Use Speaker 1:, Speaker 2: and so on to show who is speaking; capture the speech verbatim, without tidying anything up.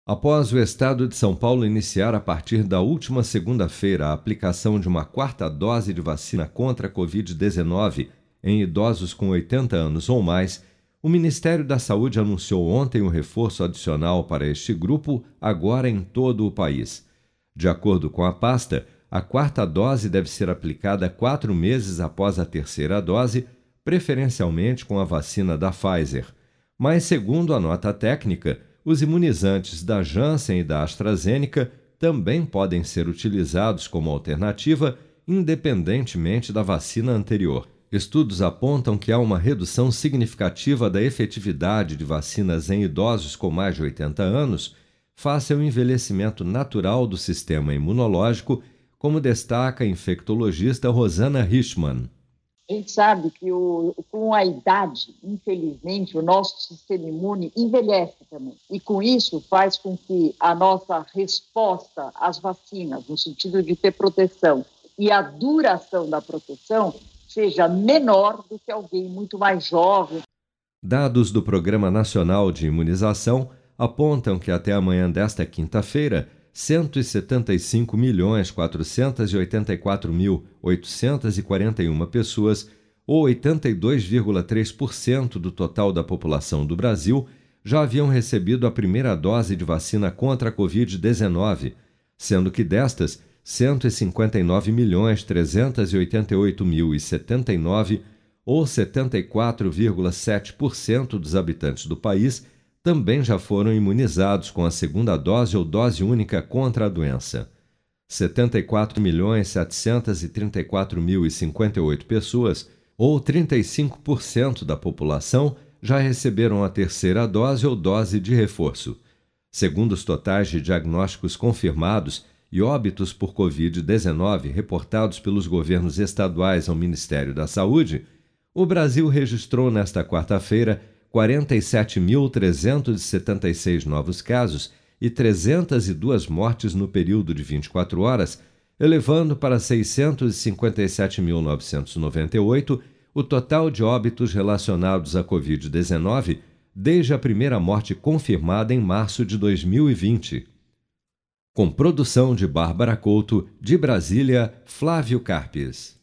Speaker 1: Após o estado de São Paulo iniciar a partir da última segunda-feira a aplicação de uma quarta dose de vacina contra a covid dezenove em idosos com oitenta anos ou mais, o Ministério da Saúde anunciou ontem um reforço adicional para este grupo, agora em todo o país. De acordo com a pasta, a quarta dose deve ser aplicada quatro meses após a terceira dose, preferencialmente com a vacina da Pfizer. Mas, segundo a nota técnica, os imunizantes da Janssen e da AstraZeneca também podem ser utilizados como alternativa, independentemente da vacina anterior. Estudos apontam que há uma redução significativa da efetividade de vacinas em idosos com mais de oitenta anos face ao envelhecimento natural do sistema imunológico, como destaca a infectologista Rosana Richman.
Speaker 2: A gente sabe que o, com a idade, infelizmente, o nosso sistema imune envelhece também. E com isso faz com que a nossa resposta às vacinas, no sentido de ter proteção, e a duração da proteção seja menor do que alguém muito mais jovem.
Speaker 1: Dados do Programa Nacional de Imunização apontam que até amanhã desta quinta-feira, cento e setenta e cinco milhões quatrocentos e oitenta e quatro mil oitocentos e quarenta e uma pessoas, ou oitenta e dois vírgula três por cento do total da população do Brasil, já haviam recebido a primeira dose de vacina contra a covid dezenove, sendo que destas, cento e cinquenta e nove milhões trezentos e oitenta e oito mil e setenta e nove, ou setenta e quatro vírgula sete por cento dos habitantes do país, também já foram imunizados com a segunda dose ou dose única contra a doença. setenta e quatro milhões setecentos e trinta e quatro mil e cinquenta e oito pessoas, ou trinta e cinco por cento da população, já receberam a terceira dose ou dose de reforço. Segundo os totais de diagnósticos confirmados e óbitos por covid dezenove reportados pelos governos estaduais ao Ministério da Saúde, o Brasil registrou nesta quarta-feira quarenta e sete mil trezentos e setenta e seis novos casos e trezentas e duas mortes no período de vinte e quatro horas, elevando para seiscentos e cinquenta e sete mil novecentos e noventa e oito o total de óbitos relacionados à covid dezenove desde a primeira morte confirmada em março de dois mil e vinte. Com produção de Bárbara Couto, de Brasília, Flávio Carpes.